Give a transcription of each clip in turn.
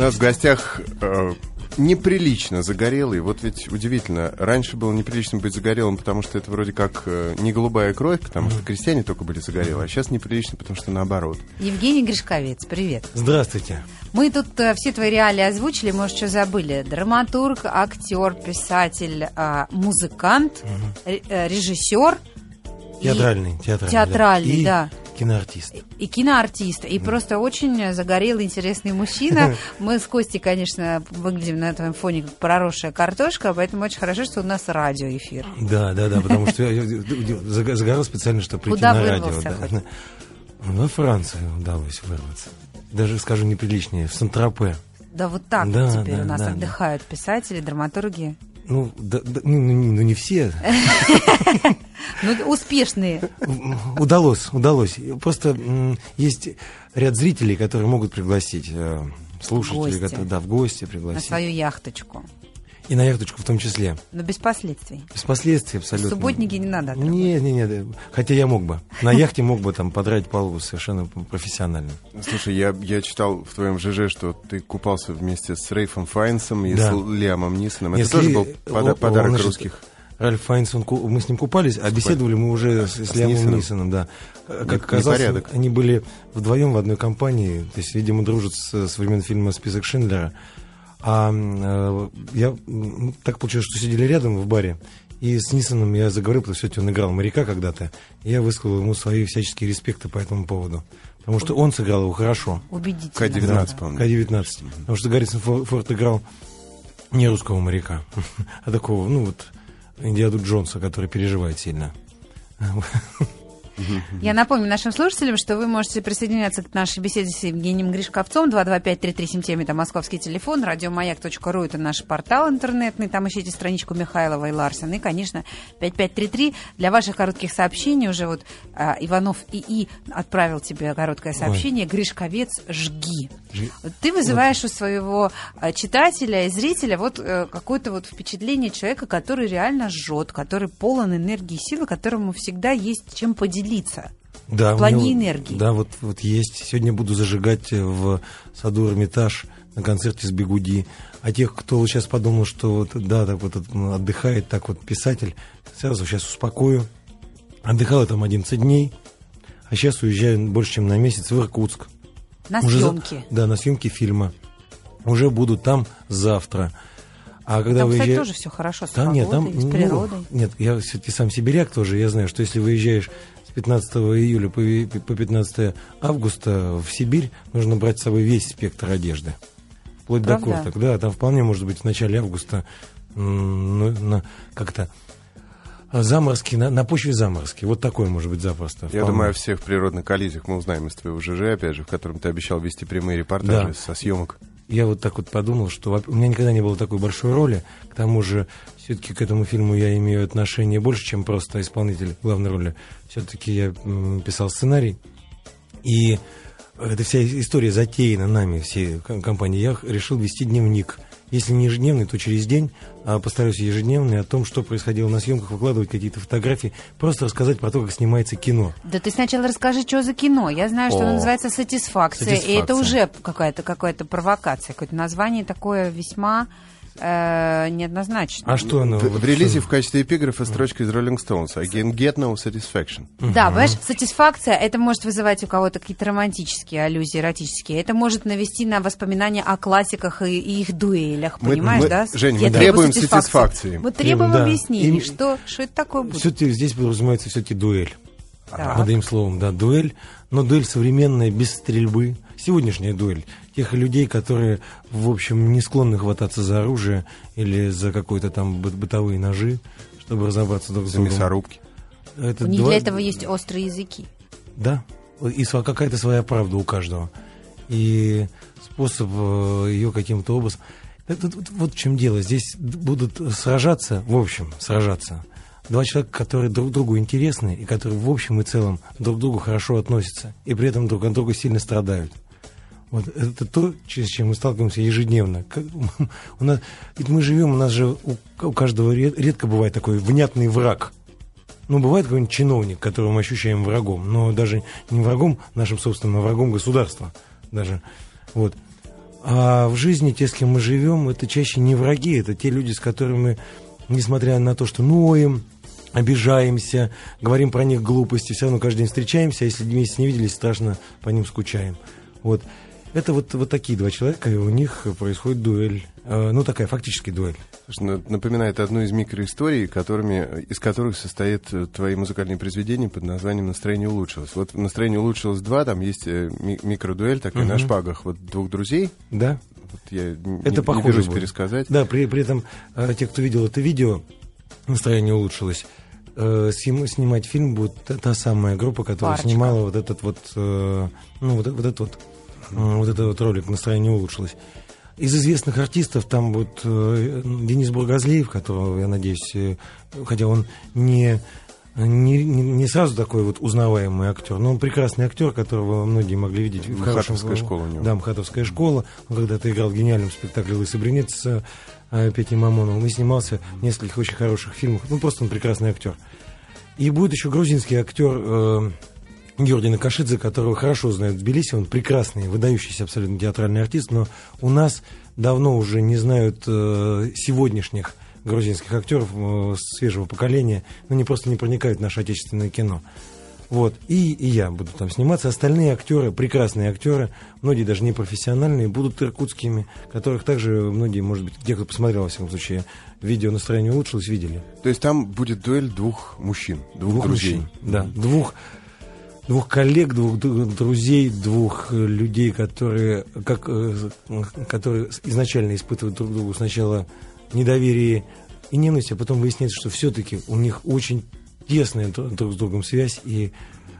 нас в гостях неприлично загорелый. Вот ведь удивительно. Раньше было неприлично быть загорелым, потому что это вроде как не голубая кровь, потому что крестьяне только были загорелые. А сейчас неприлично, потому что наоборот. Евгений Гришковец, привет. Здравствуйте. Мы тут все твои реалии озвучили, может, что забыли. Драматург, актер, писатель, музыкант, режиссер. Театральный, да. Киноартист. И киноартист. И просто очень загорелый, интересный мужчина. Мы с Костей, конечно, выглядим на этом фоне как проросшая картошка, поэтому очень хорошо, что у нас радиоэфир. Да, потому что я загорел специально, чтобы прийти Куда на радио. вырвался хоть? Во Францию удалось вырваться. Даже, скажу неприличнее, в Сан-Тропе. Да, вот так теперь у нас отдыхают писатели, драматурги. Ну, не все. Ну, успешные. Удалось. Просто есть ряд зрителей, которые могут пригласить слушателей, которые в гости пригласить. На свою яхточку. И на яхточку в том числе. Но без последствий. Без последствий, абсолютно. Субботники не надо. Нет. Хотя я мог бы. На яхте мог бы там подрать палубу совершенно профессионально. Слушай, я читал в твоем ЖЖ, что ты купался вместе с Рейфом Файнсом и с Лиамом Нисоном. Это тоже был подарок русских. Ральф Файнс, мы с ним купались, а беседовали мы уже с Лиамом Нисоном, да. Как оказалось, они были вдвоем в одной компании, то есть, видимо, дружат с времен фильма «Список Шиндлера». А я так получилось, что сидели рядом в баре, и с Нисоном я заговорил, потому что он играл моряка когда-то, и я высказал ему свои всяческие респекты по этому поводу. Потому что он сыграл его хорошо. Убедительно. К-19, по-моему. К-19. Потому что Гаррисон Форд играл не русского моряка, а такого, Индиану Джонса, который переживает сильно. Я напомню нашим слушателям, что вы можете присоединяться к нашей беседе с Евгением Гришковцом. 225-3377 это московский телефон. Радиомаяк.ру это наш портал интернетный. Там ищите страничку Михайлова и Ларсена. И, конечно, 5533 для ваших коротких сообщений. Уже вот Иванов ИИ отправил тебе короткое сообщение. Гришковец, жги. Ты вызываешь у своего читателя и зрителя какое-то впечатление человека, который реально жжет, который полон энергии и силы, которому всегда есть чем поделиться. Да, в плане энергии. Да, вот есть. Сегодня буду зажигать в саду Эрмитаж на концерте с Бигуди. А тех, кто сейчас подумал, что отдыхает так писатель, сразу сейчас успокою. Отдыхал я там 11 дней, а сейчас уезжаю больше, чем на месяц в Иркутск. На съемки. На съемки фильма. Уже буду там завтра. А когда там, кстати, тоже все хорошо, с погодой, с природой. Нет, я все-таки сам сибиряк тоже. Я знаю, что если выезжаешь с 15 июля по 15 августа в Сибирь, нужно брать с собой весь спектр одежды. Вплоть до курток. Да, там вполне может быть в начале августа как-то заморозки, на почве заморозки. Вот такое может быть запросто. Я думаю, о всех природных коллизиях мы узнаем из твоего ЖЖ, опять же, в котором ты обещал вести прямые репортажи со съемок. Я подумал, что у меня никогда не было такой большой роли. К тому же, все-таки к этому фильму я имею отношение больше, чем просто исполнитель главной роли. Все-таки я писал сценарий. И эта вся история затеяна нами, всей компанией. Я решил вести дневник. Если не ежедневный, то через день. Постараюсь ежедневный о том, что происходило на съемках, выкладывать какие-то фотографии, просто рассказать про то, как снимается кино. Да ты сначала расскажи, что за кино. Я знаю, что оно называется «Сатисфакция», и это уже какая-то провокация, какое-то название такое весьма неоднозначно. А что оно? В релизе в качестве эпиграфа строчка из Rolling Stones «I can get no satisfaction». Да, понимаешь, сатисфакция, это может вызывать у кого-то какие-то романтические аллюзии, эротические. Это может навести на воспоминания о классиках и их дуэлях, понимаешь, да? Жень, мы требуем сатисфакции. Мы требуем объяснений, что это такое будет. Все-таки здесь подразумевается все-таки дуэль. Одним словом, дуэль. Но дуэль современная, без стрельбы. Сегодняшняя дуэль. Тех людей, которые, в общем, не склонны хвататься за оружие или за какие-то там бытовые ножи, чтобы разобраться друг с другом. За мясорубки. У них для этого есть острые языки. Да. И какая-то своя правда у каждого. И способ ее каким-то образом... Вот в чем дело. Здесь будут сражаться, два человека, которые друг другу интересны и которые в общем и целом друг к другу хорошо относятся и при этом друг от друга сильно страдают. Вот это то, с чем мы сталкиваемся ежедневно. Ведь мы живем, у нас же у каждого редко бывает такой внятный враг. Бывает какой-нибудь чиновник, которого мы ощущаем врагом, но даже не врагом нашим собственным, а врагом государства. Даже. Вот. А в жизни те, с кем мы живем, это чаще не враги, это те люди, с которыми, несмотря на то, что ноем, обижаемся, говорим про них глупости, все равно каждый день встречаемся, а если месяц не виделись, страшно по ним скучаем. Вот. Это вот такие два человека, и у них происходит дуэль. Ну, такая фактически дуэль. Напоминает одну из микроисторий, из которых состоят твои музыкальные произведения под названием «Настроение улучшилось». Вот «Настроение улучшилось 2», там есть микродуэль такая на шпагах вот двух друзей. Да. Вот я это не похоже берусь будет пересказать. Да, при этом те, кто видел это видео, «Настроение улучшилось», снимать фильм будет та самая группа, которая снимала вот этот вот, вот этот ролик «Настроение улучшилось». Из известных артистов там вот Денис Бургазлиев, которого, я надеюсь, хотя он не сразу такой вот узнаваемый актер, но он прекрасный актер, которого многие могли видеть в МХАТовская школа у него. Да, МХАТовская школа. Он когда-то играл в гениальном спектакле «Лысый брюнет» с Петей Мамоновым и снимался в нескольких очень хороших фильмах. Ну, просто он прекрасный актер. И будет еще грузинский актер Георгий Накашидзе, которого хорошо знают в Тбилиси. Он прекрасный, выдающийся абсолютно театральный артист, но у нас давно уже не знают сегодняшних грузинских актеров свежего поколения, но они просто не проникают в наше отечественное кино. Вот. И я буду там сниматься. Остальные актеры, прекрасные актеры, многие даже не профессиональные, будут иркутскими, которых также многие, может быть, те, кто посмотрел, во всяком случае, видео «Настроение улучшилось», видели. То есть там будет дуэль двух мужчин, двух друзей. Мужчин, да, двух коллег, двух друзей, двух людей, которые изначально испытывают друг другу сначала недоверие и ненависть, а потом выясняется, что все-таки у них очень тесная друг с другом связь и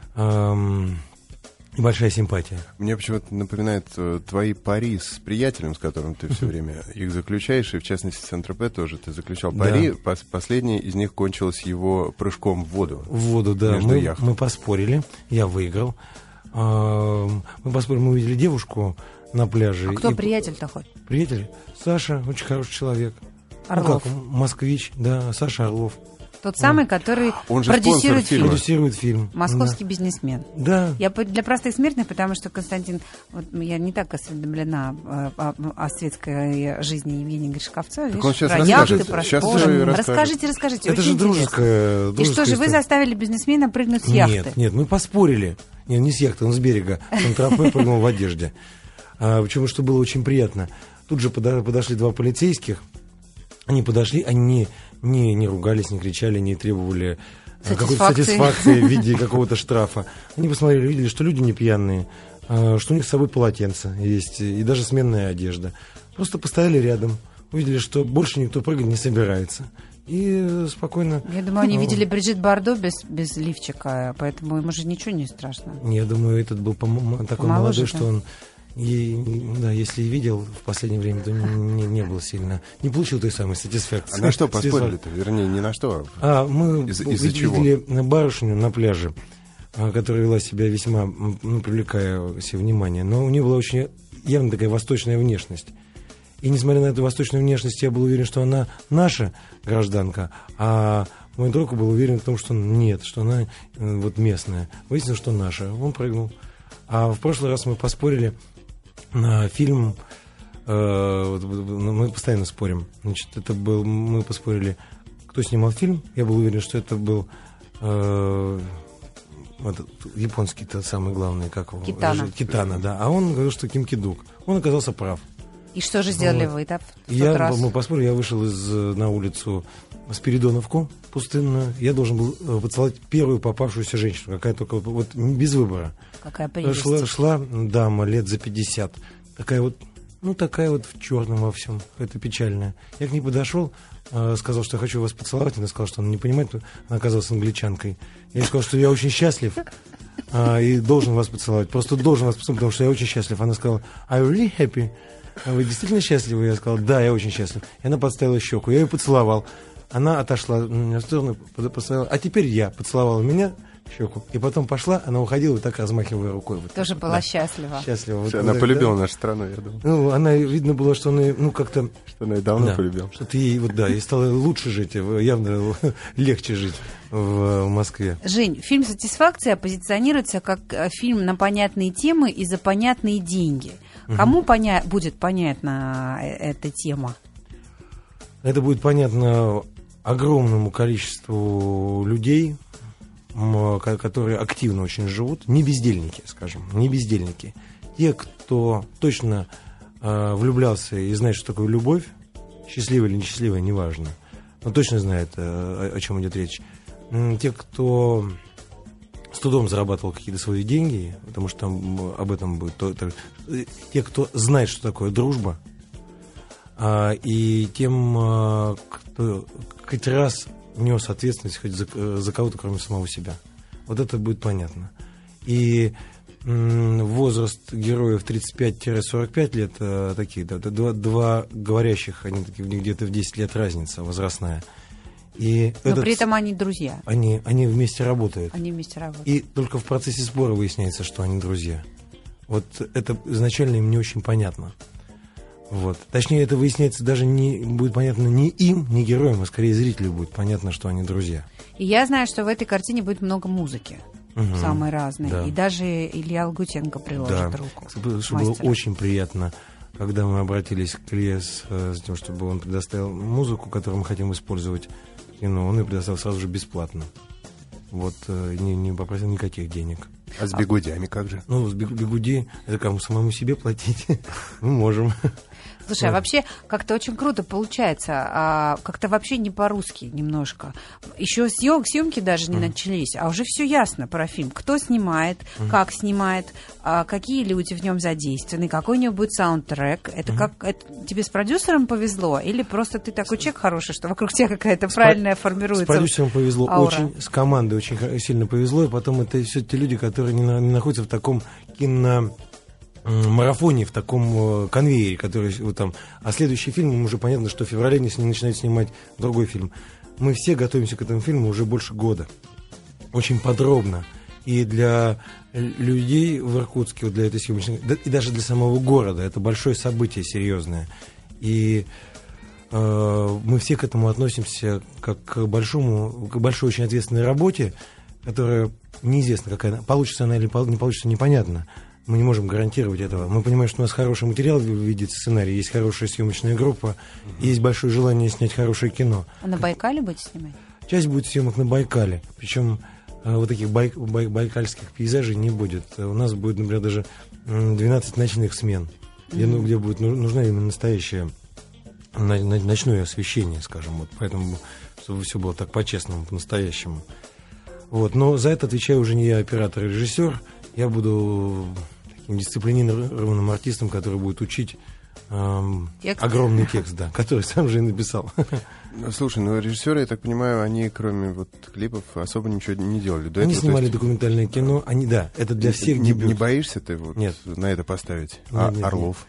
большая симпатия. Мне почему-то напоминает твои пари с приятелем, с которым ты все время их заключаешь, и в частности с Сент-Тропе тоже ты заключал пари. Да. Последний из них кончилось его прыжком в воду. В воду, да. Мы поспорили, я выиграл. Мы поспорили, мы увидели девушку на пляже. А кто приятель такой? Приятель? Саша, очень хороший человек. Орлов. Ну, как, москвич, да, Саша Орлов. Тот самый, который продюсирует фильм. Продюсирует фильм. Московский бизнесмен. Да. Я для простых смертных, потому что, Константин, вот я не так осведомлена о светской жизни Евгения Гришковцова. Так он сейчас про яхты, про спорт. Расскажите. Это же дружеская И что же, вы заставили бизнесмена прыгнуть с яхты? Нет, мы поспорили. Нет, не с яхты, он с берега. Сент-Тропе прыгнул в одежде. Почему, что было очень приятно. Тут же подошли два полицейских. Они подошли, они не ругались, не кричали, не требовали какой-то сатисфакции в виде какого-то штрафа. Они посмотрели, видели, что люди не пьяные, что у них с собой полотенце есть, и даже сменная одежда. Просто постояли рядом, увидели, что больше никто прыгать не собирается. И спокойно... Я думаю, они видели Бриджит Бардо без лифчика, поэтому ему же ничего не страшно. Я думаю, этот был такой молодой, что он... если и видел в последнее время, то не был сильно. Не получил той самой сатисфакции. А на что поспорили-то? Вернее, не на что. Мы видели барышню на пляже, которая вела себя весьма, привлекая себе внимание. Но у нее была очень явно такая восточная внешность. И несмотря на эту восточную внешность, я был уверен, что она наша гражданка. А мой друг был уверен в том, что нет, что она вот местная. Выяснилось, что наша. Он прыгнул. А в прошлый раз мы поспорили на фильм, мы постоянно спорим. Значит, мы поспорили, кто снимал фильм. Я был уверен, что это был японский, тот самый главный, как его? Китана, да. А он говорил, что Ким Ки-дук. Он оказался прав. И что же сделали вы, да, в тот раз? Мы поспорили, я вышел на улицу Спиридоновку пустынную. Я должен был поцеловать первую попавшуюся женщину, какая только вот без выбора. Какая прелесть. Шла дама лет за 50, такая вот в черном во всем, это печальная. Я к ней подошел, сказал, что я хочу вас поцеловать. Она сказала, что она не понимает, она оказалась англичанкой. Я ей сказал, что я очень счастлив и должен вас поцеловать. Просто должен вас поцеловать, потому что я очень счастлив. Она сказала, are you really happy? А вы действительно счастливы? Я сказал, да, я очень счастлив. И она подставила щеку, я ее поцеловал. Она отошла в сторону, поставила, а теперь я поцеловала меня щеку. И потом пошла, она уходила, так размахивая рукой. Вот тоже была счастлива. Счастлива. Вот, она полюбила нашу страну, я думаю. Ну, она, видно было, что она, как-то... Что она и давно полюбила. Что-то ей, ей стало лучше жить, явно легче жить в Москве. Жень, фильм «Сатисфакция» позиционируется как фильм на понятные темы и за понятные деньги. Кому будет понятна эта тема? Это будет понятно огромному количеству людей, которые активно очень живут, не бездельники, скажем, не бездельники. Те, кто точно влюблялся и знает, что такое любовь, счастливая или несчастливая, неважно, но точно знает, о чем идет речь. Те, кто с трудом зарабатывал какие-то свои деньги, потому что там об этом будет. Те, кто знает, что такое дружба, и тем, кто хоть раз нес ответственность хоть за кого-то, кроме самого себя. Вот это будет понятно. И возраст героев 35-45 лет такие, да, два говорящих, они такие, у них где-то в 10 лет разница возрастная. Но при этом они друзья. Они вместе работают. Они вместе работают. И только в процессе спора выясняется, что они друзья. Вот это изначально им не очень понятно. Вот. Точнее, это выясняется даже не будет понятно ни им, ни героям, а скорее зрителю будет понятно, что они друзья. И я знаю, что в этой картине будет много музыки. Самые разные. Да. И даже Илья Лагутенко приложит руку. Что было очень приятно, когда мы обратились к Илье с тем, чтобы он предоставил музыку, которую мы хотим использовать в кино, он ее предоставил сразу же бесплатно. Вот, не попросил никаких денег. А с бигудями как же? Ну, с бигуди, это кому самому себе платить мы можем. Слушай, а вообще как-то очень круто получается, как-то вообще не по-русски немножко. Еще съемки даже не начались, а уже все ясно про фильм. Кто снимает, как снимает, какие люди в нем задействованы, какой у него будет саундтрек. Это тебе с продюсером повезло? Или просто ты такой человек хороший, что вокруг тебя какая-то правильная формируется? С продюсером повезло аура. Очень, с командой очень сильно повезло, и потом это все те люди, которые не находятся в таком марафоне, в таком конвейере, который вот там. А следующий фильм, им уже понятно, что в феврале они начинают снимать другой фильм. Мы все готовимся к этому фильму уже больше года. Очень подробно. И для людей в Иркутске, вот для этой съемочной, и даже для самого города, это большое событие серьезное. И мы все к этому относимся как к большой очень ответственной работе, которая неизвестно, какая получится она или не получится, непонятно. Мы не можем гарантировать этого. Мы понимаем, что у нас хороший материал в виде сценария, есть хорошая съемочная группа, есть большое желание снять хорошее кино. А на Байкале будете снимать? Часть будет съемок на Байкале. Причем вот таких байкальских пейзажей не будет. У нас будет, например, даже 12 ночных смен, где будет нужна именно настоящее ночное освещение, скажем. Вот. Поэтому, чтобы все было так по-честному, по-настоящему. Вот. Но за это отвечаю уже не я, оператор и режиссер. Я буду таким дисциплинированным артистом, который будет учить огромный текст, да, который сам же и написал. Слушай, режиссеры, я так понимаю, они кроме вот клипов особо ничего не делали. Они снимали документальное кино, это для всех дебют. Не боишься ты Нет. на это поставить? Нет, Орлов?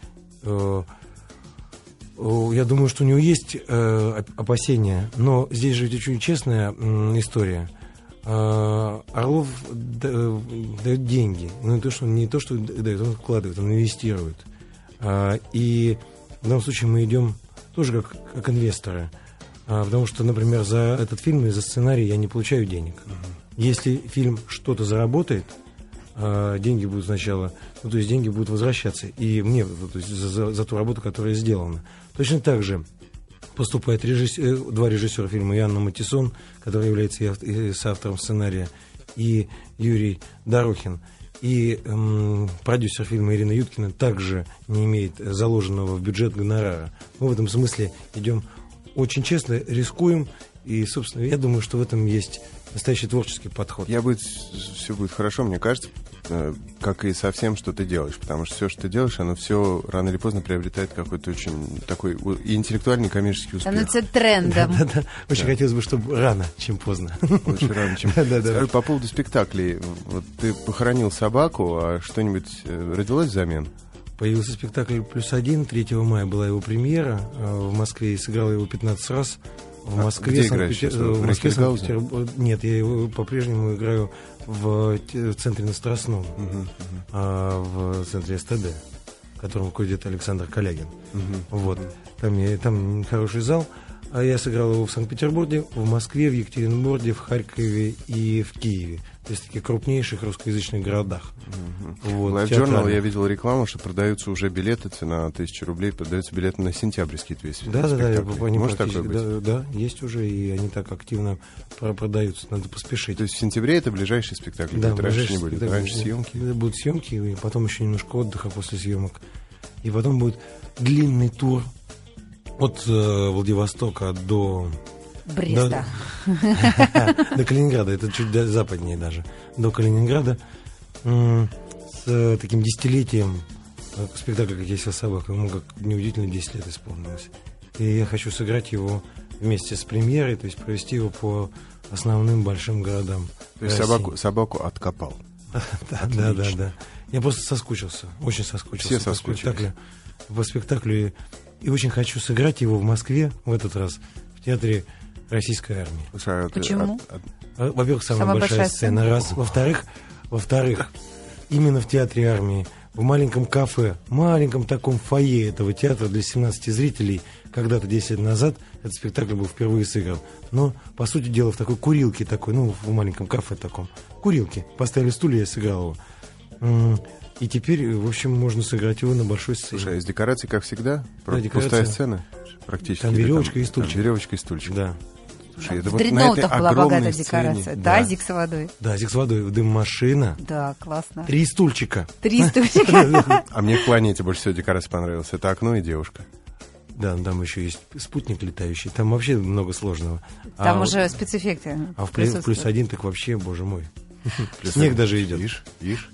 Я думаю, что у него есть опасения, но здесь же очень честная история. Орлов дает деньги, но не то, что дает, он вкладывает, он инвестирует. И в данном случае мы идем тоже как инвесторы, потому что, например, за этот фильм и за сценарий я не получаю денег. Если фильм что-то заработает, деньги будут сначала, то есть деньги будут возвращаться и мне, то есть за ту работу, которая сделана. Точно так же поступают два режиссера фильма: Анна Матиссон, который является и соавтором сценария, и Юрий Дорохин. И продюсер фильма Ирина Юткина также не имеет заложенного в бюджет гонорара. Мы в этом смысле идем очень честно, рискуем. И, собственно, я думаю, что в этом есть настоящий творческий подход. Все будет хорошо, мне кажется, как и со всем, что ты делаешь. Потому что все, что ты делаешь, оно все рано или поздно приобретает какой-то очень такой и интеллектуальный, коммерческий успех. Становится трендом. Очень хотелось бы, чтобы рано, чем поздно. Лучше рано, чем поздно. Скажи, по поводу спектаклей. Вот ты похоронил собаку, а что-нибудь родилось взамен? Появился спектакль «+1». 3 мая была его премьера в Москве, и сыграл его 15 раз. В Москве, где играешь сейчас? В Москве, Санкт-Петербург. Нет, я его по-прежнему играю в центре на Страстном, в центре СТД, в котором ходит Александр Калягин. Вот. Там хороший зал. А я сыграл его в Санкт-Петербурге, в Москве, в Екатеринбурге, в Харькове и в Киеве. то есть таких крупнейших русскоязычных городах. Вот, в Life Journal я видел рекламу, что продаются уже билеты, цена 1000 рублей, продаются билеты на сентябрьский твист. Да, может такое быть? Да, есть уже, и они так активно продаются, надо поспешить. То есть в сентябре это ближайший спектакль? Да, раньше не будет, раньше съемки? Будут съемки, и потом еще немножко отдыха после съемок. И потом будет длинный тур от Владивостока до... Бреста. До Калининграда, это чуть западнее даже. До Калининграда с таким десятилетием спектакля «Как я съел собаку». Ему, как неудивительно, 10 лет исполнилось. И я хочу сыграть его вместе с премьерой, то есть провести его по основным большим городам. То есть собаку откопал. Да. Я просто соскучился, очень соскучился. Все соскучились. По спектаклю. И очень хочу сыграть его в Москве в этот раз в театре Российской армии. Почему? Во-первых, самая большая сцена, раз. Во-вторых, именно в театре армии, в маленьком кафе, маленьком таком фойе этого театра для 17 зрителей, когда-то 10 лет назад этот спектакль был впервые сыгран. Но, по сути дела, в такой курилке такой, в маленьком кафе таком. Курилке. Поставили стулья, я сыграл его. И теперь, в общем, можно сыграть его на большой сцене. Слушай, а из декораций, как всегда? Да, пустая сцена? Практически. Там веревочка и стульчик. Веревочка и стульчик. Да. Слушай, в дредноутах была богатая декорация. Тазик с водой. Тазик с водой, дым-машина. Да, классно. 3 стульчика. 3 стульчика. А мне в «Планете» больше всего декорация понравилась. Это окно и девушка. Да, там еще есть спутник летающий. Там вообще много сложного. Там уже спецэффекты. А в +1 так вообще, боже мой. Снег даже идет. Видишь?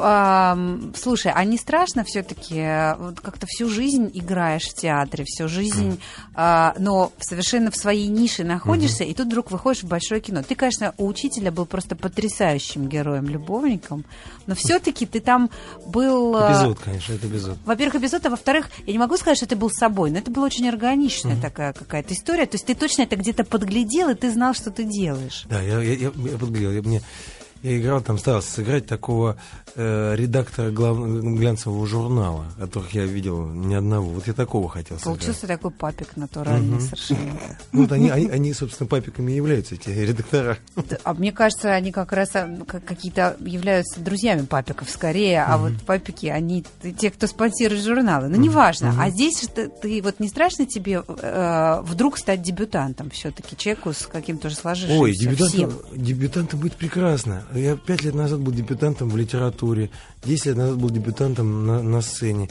Слушай, а не страшно все-таки? Как-то всю жизнь играешь в театре, всю жизнь, но совершенно в своей нише находишься, и тут вдруг выходишь в большое кино. Ты, конечно, у учителя был просто потрясающим героем-любовником, но все-таки ты там был... Эпизод, конечно, это эпизод. Во-первых, эпизод, а во-вторых, я не могу сказать, что ты был собой, но это была очень органичная такая какая-то история. То есть ты точно это где-то подглядел, и ты знал, что ты делаешь. Да, я подглядел. Я играл, там старался сыграть такого редактора глянцевого журнала, которых я видел ни одного. Вот я такого хотел сыграть. Получился такой папик натуральный совершенно. Вот они, собственно, папиками и являются, эти редактора. А мне кажется, они как раз какие-то являются друзьями папиков скорее, а вот папики, они те, кто спонсирует журналы. Но неважно. А здесь ты вот не страшно тебе вдруг стать дебютантом все-таки, человеку с каким-то уже сложившимся? Ой, дебютантом будет прекрасно. Я 5 лет назад был дебютантом в литературе, 10 лет назад был дебютантом на сцене,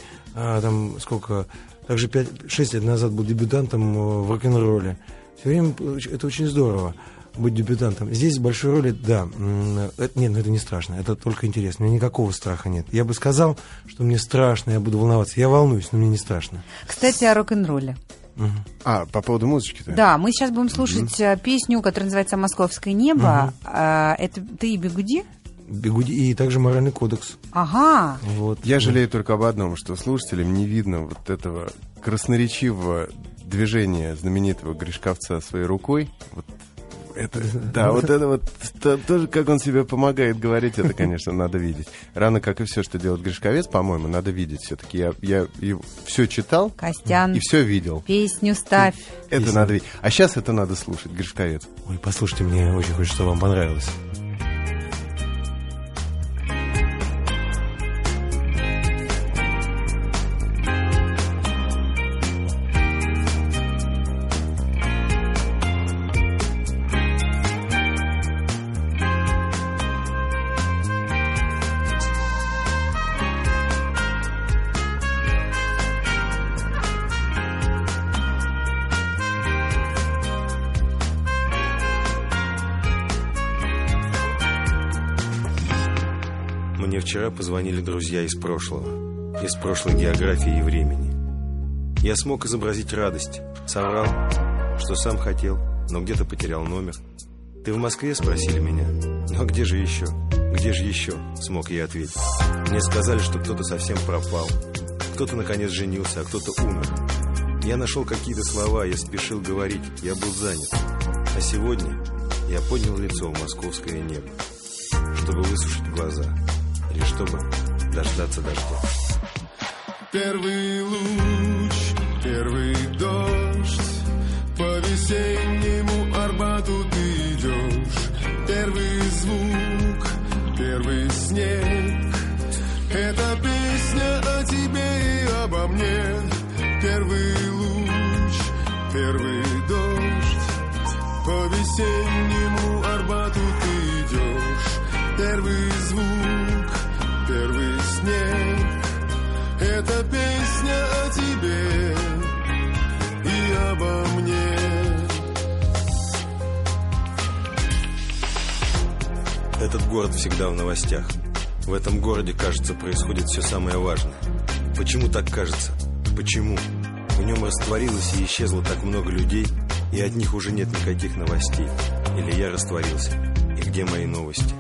также 6 лет назад был дебютантом в рок-н-ролле. Все время это очень здорово быть дебютантом. Здесь в большой роли, да, это не страшно, это только интересно. У меня никакого страха нет. Я бы сказал, что мне страшно, я буду волноваться. Я волнуюсь, но мне не страшно. Кстати, о рок-н-ролле. По поводу музычки-то? Да, мы сейчас будем слушать песню, которая называется «Московское небо». Это «Ты и Бигуди»? Бигуди и также «Моральный кодекс». Ага. Вот. Я жалею только об одном, что слушателям не видно вот этого красноречивого движения знаменитого Гришковца своей рукой. Тоже, как он себе помогает говорить, это, конечно, надо видеть. Равно как и все, что делает Гришковец, по-моему, надо видеть. Все-таки я все читал, Костян, и все видел. Песню ставь. Это надо видеть. А сейчас это надо слушать, Гришковец. Ой, послушайте, мне очень хочется, чтобы вам понравилось. Мне вчера позвонили друзья из прошлого, из прошлой географии и времени. Я смог изобразить радость, соврал, что сам хотел, но где-то потерял номер. «Ты в Москве?» — спросили меня. «Ну а где же еще? Где же еще?» — смог я ответить. Мне сказали, что кто-то совсем пропал, кто-то наконец женился, а кто-то умер. Я нашел какие-то слова, я спешил говорить, я был занят. А сегодня я поднял лицо в московское небо, чтобы высушить глаза. Или чтобы дождаться дождя. Первый луч, первый дождь, по весеннему Арбату ты идешь. Первый звук, первый снег. Это песня о тебе и обо мне. Первый луч, первый дождь. По весеннему Арбату ты идешь. Первый звук, первый снег. Это песня о тебе и обо мне. Этот город всегда в новостях. В этом городе, кажется, происходит все самое важное. Почему так кажется? Почему? В нем растворилось и исчезло так много людей, и от них уже нет никаких новостей. Или я растворился, и где мои новости?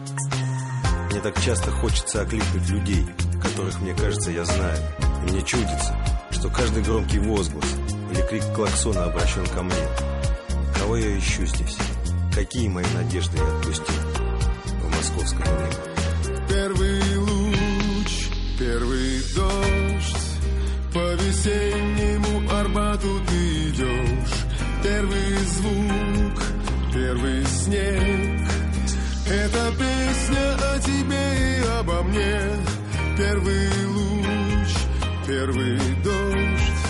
Мне так часто хочется окликнуть людей, которых, мне кажется, я знаю. И мне чудится, что каждый громкий возглас или крик клаксона обращен ко мне. Кого я ищу здесь? Какие мои надежды я отпустил в московское небо? Первый луч, первый дождь. По весеннему Арбату ты идешь. Первый звук, первый снег. Это песня о тебе и обо мне. Первый луч, первый дождь.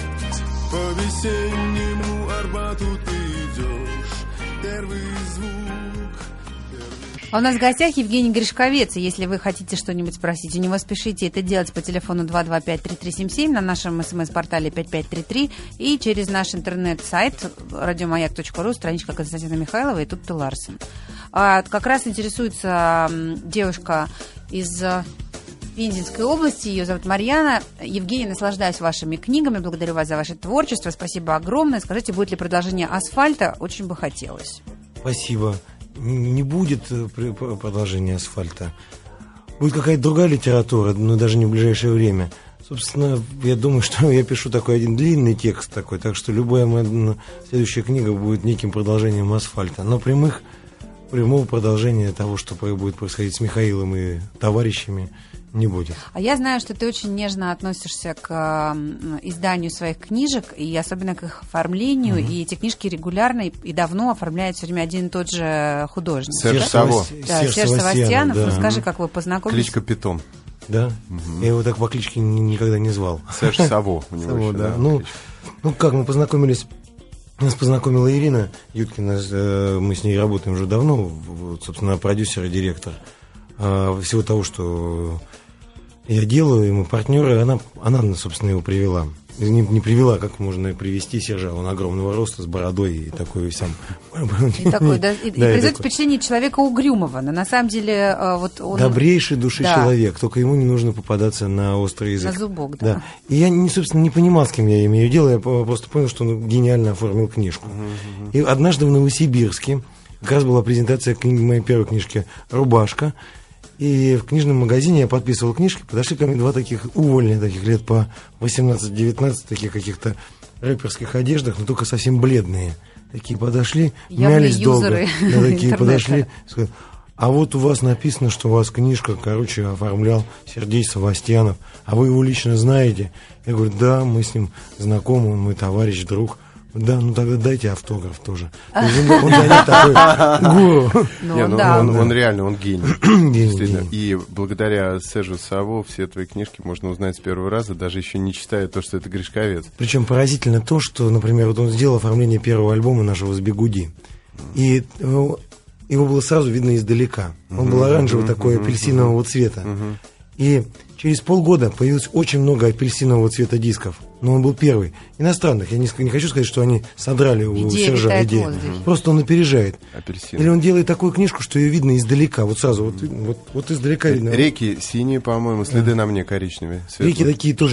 По весеннему Арбату ты идешь. Первый звук, первый... А у нас в гостях Евгений Гришковец. И если вы хотите что-нибудь спросить у него, спешите это делать по телефону 225-3377 на нашем СМС-портале 5533 и через наш интернет-сайт радиомаяк.ру, страничка Константина Михайлова и Тутты Ларсен. Как раз интересуется девушка из Пензенской области, ее зовут Марьяна. Евгений, наслаждаюсь вашими книгами, благодарю вас за ваше творчество, спасибо огромное. Скажите, будет ли продолжение «Асфальта»? Очень бы хотелось. Спасибо. Не будет продолжения «Асфальта». Будет какая-то другая литература, но даже не в ближайшее время. Собственно, я думаю, что я пишу такой один длинный текст такой, так что любая моя следующая книга будет неким продолжением «Асфальта». Но прямого продолжения того, что будет происходить с Михаилом и товарищами, не будет. А я знаю, что ты очень нежно относишься к изданию своих книжек, и особенно к их оформлению, и эти книжки регулярно и давно оформляет все время один и тот же художник. Серж Саво. Да, Серж Савастьянов. Да. Расскажи, как вы познакомились. Кличка Питон. Да? Я его так по кличке никогда не звал. Серж Саво у него еще, да. да. Ну, как мы познакомились... Нас познакомила Ирина Юткина, мы с ней работаем уже давно, собственно, продюсер и директор всего того, что я делаю, и мы партнеры, она, собственно, его привела. Не привела, как можно привести Сержа, он огромного роста, с бородой и такой сам. И производит впечатление человека угрюмого, но на самом деле вот он... Добрейшей души человек, только ему не нужно попадаться на острый язык. На зубок, да. И я, собственно, не понимал, с кем я имею дело, я просто понял, что он гениально оформил книжку. И однажды в Новосибирске как раз была презентация моей первой книжки «Рубашка», и в книжном магазине я подписывал книжки, подошли ко мне два таких увольня, таких лет по 18-19, таких каких-то рэперских одеждах, но только совсем бледные. Такие подошли, мялись долго. Да, такие подошли, сказали, а вот у вас написано, что у вас книжка, оформлял Сергей Савастьянов, а вы его лично знаете? Я говорю, да, мы с ним знакомы, он мой товарищ, друг. Да, ну тогда дайте автограф тоже. Он для них такой гуру. Он реально, он гений. И благодаря Сержу Саву все твои книжки можно узнать с первого раза, даже еще не читая то, что это Гришковец. Причем поразительно то, что, например, вот он сделал оформление первого альбома нашего «С Бигуди». И его было сразу видно издалека. Он был оранжевый такой, апельсинового цвета. И через полгода появилось очень много апельсинового цвета дисков. Но он был первый. Иностранных. Я не хочу сказать, что они содрали у Сержа идею. Просто он опережает. Апельсин. Или он делает такую книжку, что ее видно издалека. Вот сразу. Вот издалека видно. Реки синие, по-моему, следы на мне коричневые. Светлые. Реки такие тоже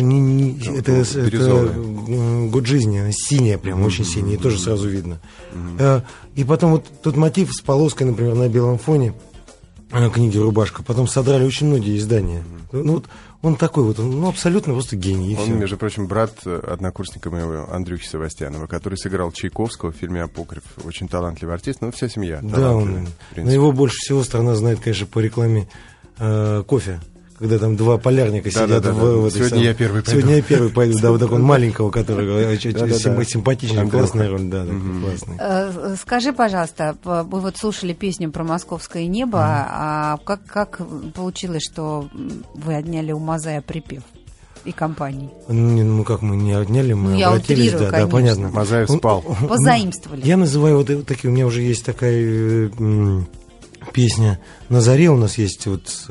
это год жизни. Она синяя прям, очень синяя. И тоже сразу видно. И потом вот тот мотив с полоской, например, на белом фоне книги «Рубашка». Потом содрали очень многие издания. Ну вот он такой вот, он абсолютно просто гений. Он, между прочим, брат однокурсника моего Андрюхи Савастьянова, который сыграл Чайковского в фильме «Апокриф». Очень талантливый артист, но вся семья. Да, но его больше всего страна знает, конечно, по рекламе кофе. когда там два полярника сидят в этой Сегодня я первый пойду. Сегодня я первый пойду, да, вот такого маленького, который симпатичный, классная роль, да, классный. Скажи, пожалуйста, вы вот слушали песню про московское небо, а как получилось, что вы отняли у Мазая припев и компании? Ну, как мы не отняли, мы обратились, да, понятно. Мазаев спал. Позаимствовали. Я называю вот такие, у меня уже есть такая песня «На заре», у нас есть вот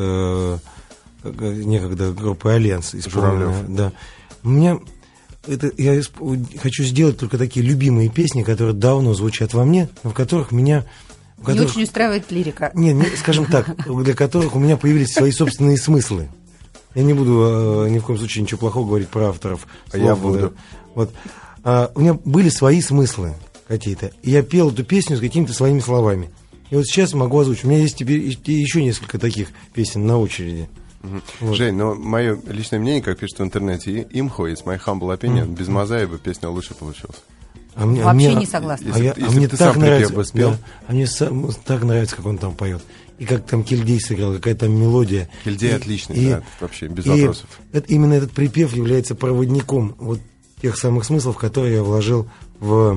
некогда группа «Альянс» исполненная. Да. У меня я хочу сделать только такие любимые песни, которые давно звучат во мне, в которых меня... Не очень устраивает лирика. Нет, скажем так, для которых у меня появились свои собственные смыслы. Я не буду ни в коем случае ничего плохого говорить про авторов. Я буду. Вот. У меня были свои смыслы какие-то. И я пел эту песню с какими-то своими словами. И вот сейчас могу озвучить. У меня есть теперь еще несколько таких песен на очереди. Вот. Жень, но мое личное мнение, как пишут в интернете, имхо, из my humble opinion, без Мазаева песня лучше получилась. Вообще не согласна. Мне так нравится, мне так нравится, как он там поет. И как там Кильдей сыграл, какая там мелодия. Кильдей отличный, да, вообще, без вопросов. Именно этот припев является проводником вот тех самых смыслов, которые я вложил в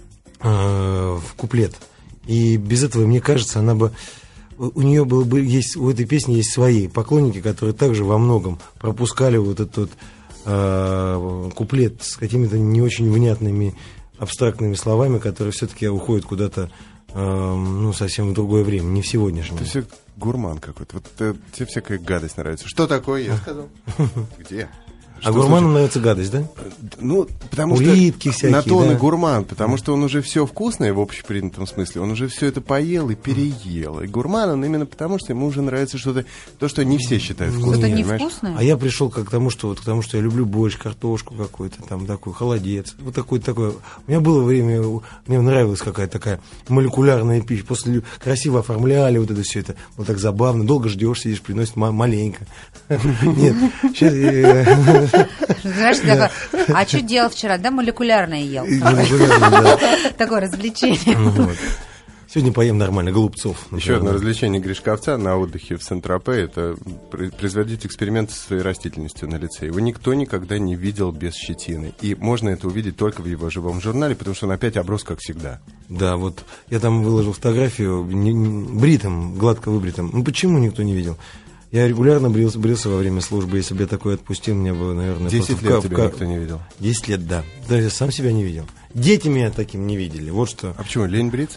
куплет. И без этого, мне кажется, она бы... У нее есть, у этой песни есть свои поклонники, которые также во многом пропускали вот этот куплет с какими-то не очень внятными абстрактными словами, которые все-таки уходят куда-то совсем в другое время, не в сегодняшнее. Ты все гурман какой-то. Вот тебе всякая гадость нравится. Что такое, я сказал? Где? А гурману нравится гадость, да? Ну, потому улитки что всякие, на то он да? и гурман, потому что он уже все вкусное в общепринятом смысле, он уже все это поел и переел. И гурман он именно потому, что ему уже нравится что-то, то, что не все считают вкусным. Что-то невкусное? А я пришел к тому, что я люблю борщ, картошку какой-то, там такой холодец. Вот такой. У меня было время, мне нравилась какая-то такая молекулярная пища. После красиво оформляли вот это все это. Вот так забавно. Долго ждешь, сидишь, приносит маленько. Нет, сейчас... Знаешь, а что делал вчера? Да, молекулярное ел. Такое развлечение. Сегодня поем нормально, голубцов. Еще одно развлечение Гришковца на отдыхе в Сент-Тропе — это производить эксперименты со своей растительностью на лице. Его никто никогда не видел без щетины. И можно это увидеть только в его живом журнале, потому что он опять оброс, как всегда. Да, вот я там выложил фотографию бритым, гладко выбритым. Ну почему никто не видел? Я регулярно брился во время службы. Если бы я такое отпустил, мне бы, наверное... 10 лет тебя никто не видел? 10 лет, да. Даже я сам себя не видел. Дети меня таким не видели. Вот что. А почему? Лень бриться?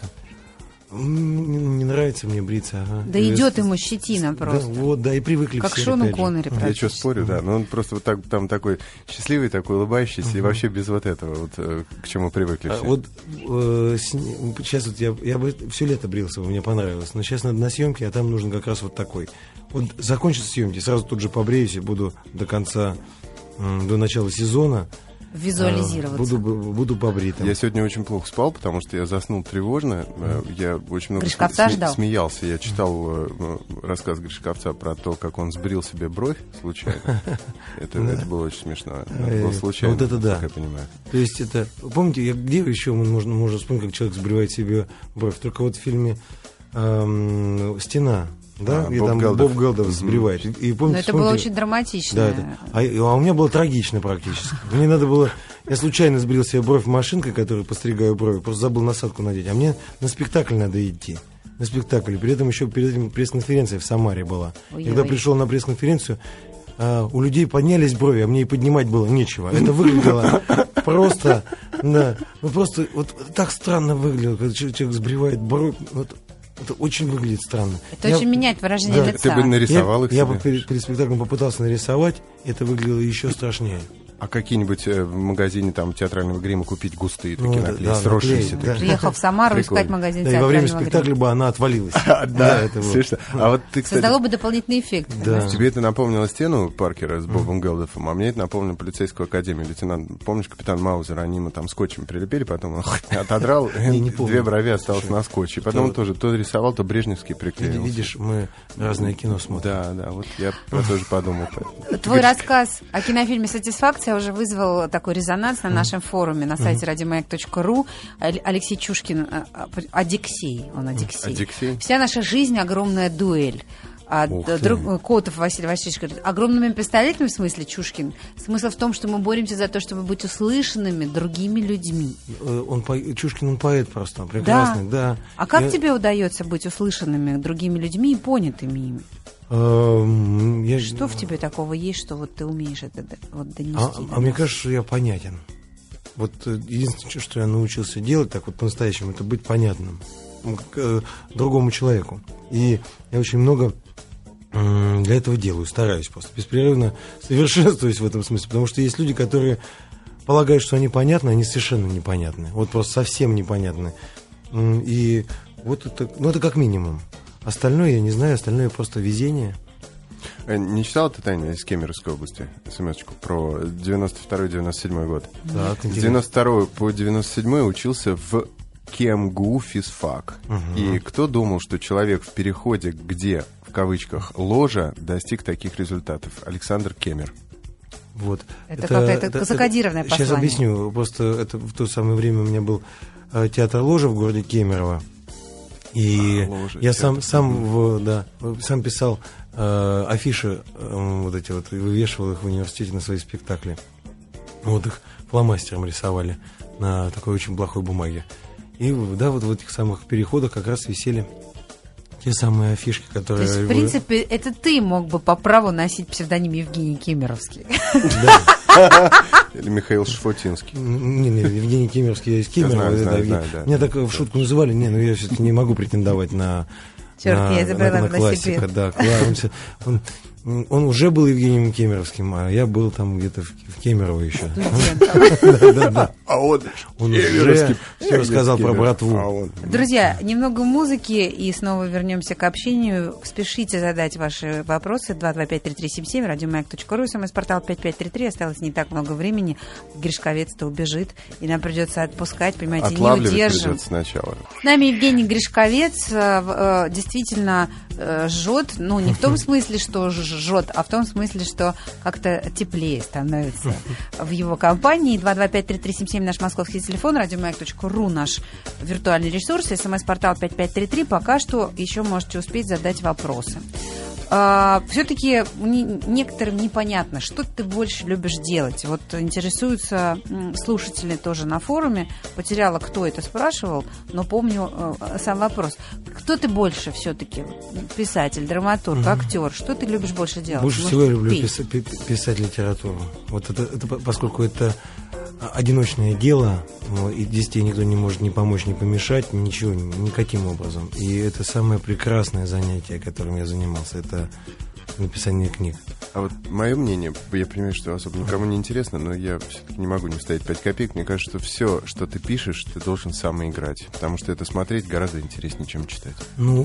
Не нравится мне бриться. Ага. Да идет ему щетина просто. Да, вот, да, и привыкли как все. Как Шону Коннери. Я что, спорю, да. Но он просто вот так, там такой счастливый, такой улыбающийся, и вообще без вот этого, вот к чему привыкли все. Вот сейчас вот я бы все лето брился, мне понравилось. Но сейчас надо на съемке, а там нужен как раз вот такой. Вот закончатся съемки, сразу тут же побреюсь и буду до конца, до начала сезона визуализироваться. Буду побритым. Я сегодня очень плохо спал, потому что я заснул тревожно. Я очень много смеялся. Я читал рассказ Гришковца про то, как он сбрил себе бровь случайно. Это было очень смешно. Это было случайно, вот это да. как я понимаю. То есть это... Помните, где еще можно вспомнить, как человек сбривает себе бровь? Только вот в фильме «Стена». Да, и там Боб Geldof сбривает. И помните, но это было очень драматично. Да, а у меня было трагично практически. Мне надо было... Я случайно сбрил себе бровь машинкой, которую постригаю брови, просто забыл насадку надеть. А мне на спектакль надо идти. На спектакль. При этом еще перед этим пресс-конференция в Самаре была. Ой-ой. Когда пришел на пресс-конференцию, у людей поднялись брови, а мне и поднимать было нечего. Это выглядело просто... Да, просто вот так странно выглядело, когда человек сбривает бровь. Это очень выглядит странно. Это очень меняет выражение лица. Ты бы нарисовал их себе. Я бы перед спектаклем попытался нарисовать, это выглядело еще страшнее. А какие-нибудь в магазине там театрального грима купить густые такие наклеи, сросшиеся? Приехал в Самару искать магазин театрального грима. И во время спектакля бы она отвалилась. Да, смешно. А вот ты, кстати... Создало бы дополнительный эффект. Тебе это напомнило «Стену» Паркера с Бобом Гелдофом, а мне это напомнило полицейскую академию. Лейтенант, помнишь, капитан Маузер, они ему там скотчем прилепили, потом он отодрал, две брови осталось на скотче. Потом он тоже то рисовал, то брежневский приклеил. Видишь, мы разное кино смотрим. Да, вот я про то же подумал. Твой рассказ о кинофильме «Сатисфакция» уже вызвал такой резонанс на нашем форуме на сайте radiomayak.ru. Алексей Чушкин, Адиксей, он Адиксей. Адиксей. Вся наша жизнь — огромная дуэль. Котов Василий Васильевич говорит, огромными пистолетами, в смысле, Чушкин, смысл в том, что мы боремся за то, чтобы быть услышанными другими людьми. Чушкин, он поэт просто, он прекрасный, да. А как тебе удается быть услышанными другими людьми и понятыми ими? Что в тебе такого есть, что вот ты умеешь это вот донести? Мне кажется, что я понятен. Вот единственное, что я научился делать так вот по-настоящему, это быть понятным другому человеку. И я очень много для этого делаю, стараюсь просто беспрерывно совершенствуюсь в этом смысле, потому что есть люди, которые полагают, что они понятны, они совершенно непонятны, вот просто совсем непонятны. И вот это, это как минимум. Остальное я не знаю, остальное просто везение. Не читал ты, Таня, из Кемеровской области смс-очку про 92-97 год? Так, с 92 по 97 учился в КемГУ физфак. И кто думал, что человек в переходе, где, в кавычках, ложа, достиг таких результатов? Александр Кемер. Вот. Это какое-то закодированное послание. Сейчас объясню. Просто это в то самое время у меня был театр ложа в городе Кемерово. И я сам писал афиши, вот эти вот, и вывешивал их в университете на свои спектакли. Вот их фломастером рисовали на такой очень плохой бумаге. И да, вот в этих самых переходах как раз висели те самые афишки, которые... То есть, в принципе, это ты мог бы по праву носить псевдоним Евгений Кемеровский. Да. Или Михаил Шфотинский. Не, Евгений Кемеровский, я из Кемерово. Меня так в шутку называли. Я все-таки не могу претендовать на... Черт, я забрала на классика, да. Он уже был Евгением Кемеровским, а я был там где-то в Кемерово еще. Да. А он уже все рассказал про братву. Друзья, немного музыки, и снова вернемся к общению. Спешите задать ваши вопросы. 225-3377, радиомаяк.ру, смс-портал 5533. Осталось не так много времени. Гришковец-то убежит, и нам придется отпускать, понимаете, не удержим. Сначала. С нами Евгений Гришковец действительно жжет, не в том смысле, что жжет, а в том смысле, что как-то теплее становится в его компании. 225-3377 наш московский телефон, радиомаяк.ру наш виртуальный ресурс, смс-портал 5533. Пока что еще можете успеть задать вопросы. Все-таки некоторым непонятно, что ты больше любишь делать. Вот интересуются слушатели тоже на форуме. Потеряла, кто это спрашивал, но помню сам вопрос. Кто ты больше все-таки? Писатель, драматург, актер? Что ты любишь больше делать? Больше всего я люблю писать литературу. Вот это, поскольку это одиночное дело, и здесь тебе никто не может ни помочь, ни помешать, ничего, никаким образом. И это самое прекрасное занятие, которым я занимался, это написание книг. А вот мое мнение, я понимаю, что особо никому не интересно, но я все-таки не могу не вставить 5 копеек. Мне кажется, что все, что ты пишешь, ты должен сам играть, потому что это смотреть гораздо интереснее, чем читать.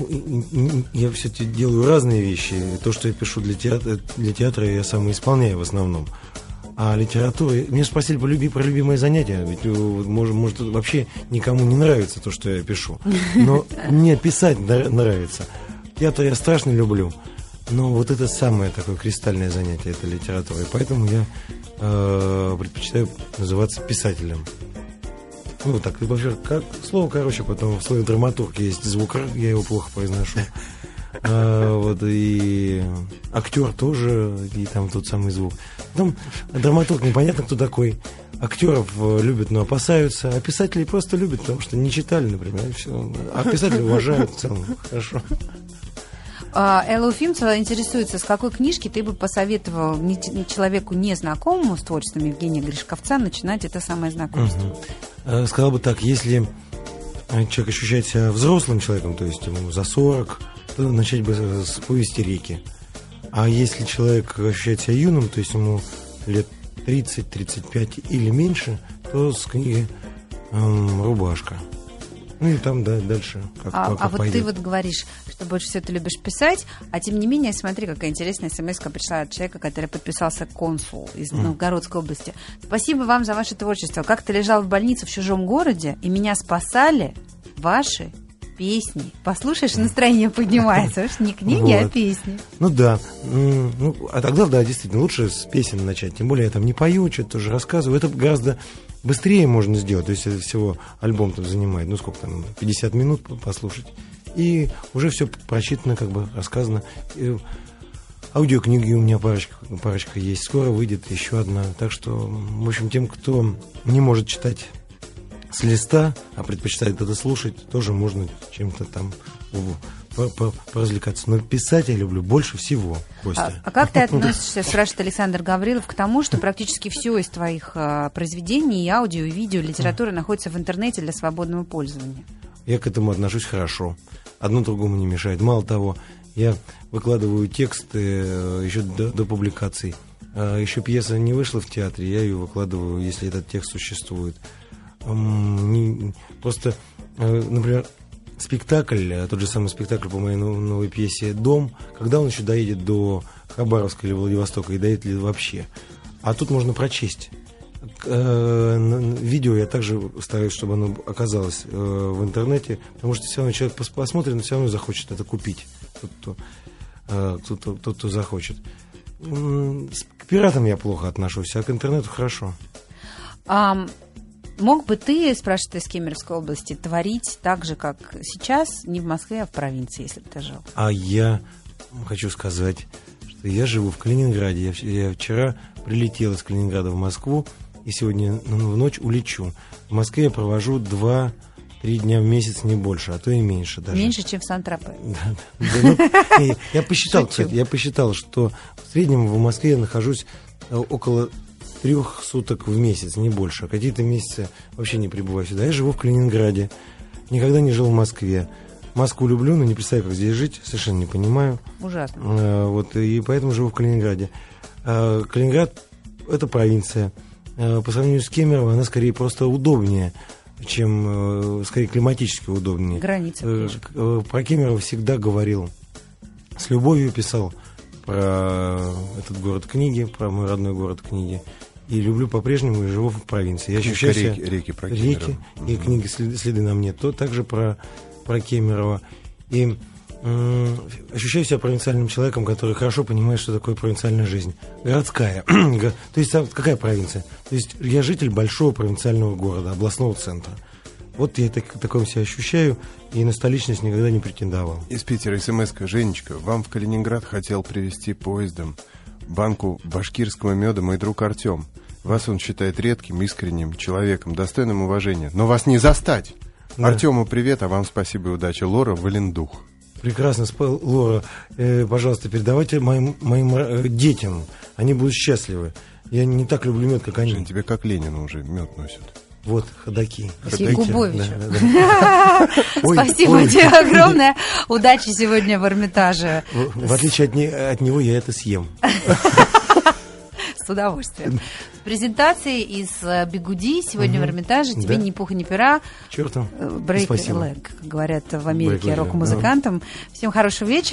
Я все-таки делаю разные вещи. То, что я пишу для театра, я сам и исполняю в основном. А литература... Меня спросили про любимое занятие. Ведь, может, вообще никому не нравится то, что я пишу. Но мне писать нравится. Театр я страшно люблю. Но вот это самое такое кристальное занятие, это литература. И поэтому я предпочитаю называться писателем. Вот так. Вообще, слово, потом в слове драматург есть звук, я его плохо произношу. И актер тоже, и там тот самый звук. Потом драматург непонятно, кто такой. Актеров любят, но опасаются, а писателей просто любят, потому что не читали, например, и все. А писателей уважают в целом. Хорошо. Элла Уфимцева интересуется, с какой книжки ты бы посоветовал человеку незнакомому с творчеством Евгения Гришковца начинать это самое знакомство? Сказал бы так, если человек ощущает себя взрослым человеком, то есть ему за 40, то начать бы с повести «Реки». А если человек ощущает себя юным, то есть ему лет 30-35 или меньше, то с книги «Рубашка». И там дальше как вот пойдет. Ты вот говоришь, что больше всего ты любишь писать, а тем не менее, смотри, какая интересная смс-ка пришла от человека, который подписался консул из Новгородской области. Спасибо вам за ваше творчество. Как-то лежал в больнице в чужом городе, и меня спасали ваши песни. Послушаешь, настроение поднимается. Не книги, а песни. Да. А тогда, действительно, лучше с песен начать. Тем более я там не пою, что-то тоже рассказываю. Это гораздо быстрее можно сделать. То есть это всего альбом там занимает, сколько там, 50 минут послушать. И уже все прочитано, как бы рассказано. Аудиокниги у меня парочка есть. Скоро выйдет еще одна. Так что, в общем, тем, кто не может читать с листа, а предпочитает это слушать, тоже можно чем-то там поразвлекаться. Но писать я люблю больше всего, Костя. А как ты относишься, спрашивает Александр Гаврилов, к тому, что практически все из твоих произведений, и аудио, и видео, литература находится в интернете для свободного пользования? Я к этому отношусь хорошо. Одно другому не мешает. Мало того, я выкладываю тексты еще до публикаций. Еще пьеса не вышла в театре, я ее выкладываю, если этот текст существует. Просто, например, спектакль, тот же самый спектакль по моей новой пьесе «Дом», когда он еще доедет до Хабаровска или Владивостока, и доедет ли вообще. А тут можно прочесть. Видео я также стараюсь, чтобы оно оказалось в интернете, потому что все равно человек посмотрит, но все равно захочет это купить. Тот, кто захочет. К пиратам я плохо отношусь, а к интернету хорошо. Мог бы ты, спрашивает из Кемеровской области, творить так же, как сейчас, не в Москве, а в провинции, если бы ты жил? А я хочу сказать, что я живу в Калининграде. Я вчера прилетел из Калининграда в Москву, и сегодня в ночь улечу. В Москве я провожу 2-3 дня в месяц, не больше, а то и меньше даже. Меньше, чем в Сан-Тропе. Я посчитал, кстати, что в среднем в Москве я нахожусь около 3 суток в месяц, не больше. А какие-то месяцы вообще не прибываю сюда. Я живу в Калининграде, никогда не жил в Москве. Москву люблю, но не представляю, как здесь жить, совершенно не понимаю. Ужасно. И поэтому живу в Калининграде. Калининград – это провинция. По сравнению с Кемерово, она скорее просто удобнее, чем, скорее, климатически удобнее. Граница. Про Кемерово всегда говорил, с любовью писал про этот город книги, про мой родной город книги. И люблю по-прежнему, и живу в провинции. Я ощущаю реки про Кемерово. И книги «Следы на мне», то также про Кемерово. И ощущаю себя провинциальным человеком, который хорошо понимает, что такое провинциальная жизнь. Городская. То есть какая провинция? То есть я житель большого провинциального города, областного центра. Вот я таком себя ощущаю, и на столичность никогда не претендовал. Из Питера смс-ка. Женечка, вам в Калининград хотел привезти поездом банку башкирского меда мой друг Артем. Вас он считает редким, искренним человеком, достойным уважения. Но вас не застать. Да. Артему привет, а вам спасибо и удачи. Лора Валендух. Прекрасно, Лора. Пожалуйста, передавайте моим детям. Они будут счастливы. Я не так люблю мед, как они. Жень, тебе как Ленину уже мед носят. Вот, ходаки. Якубовичу. Спасибо тебе огромное. Удачи сегодня в Эрмитаже. В отличие от него, я это съем. С удовольствием. С презентацией из «Бигуди» сегодня в Эрмитаже. Тебе ни пуха, ни пера. Чертом. Брейк-лэг, говорят в Америке рок-музыкантам. Всем хорошего вечера.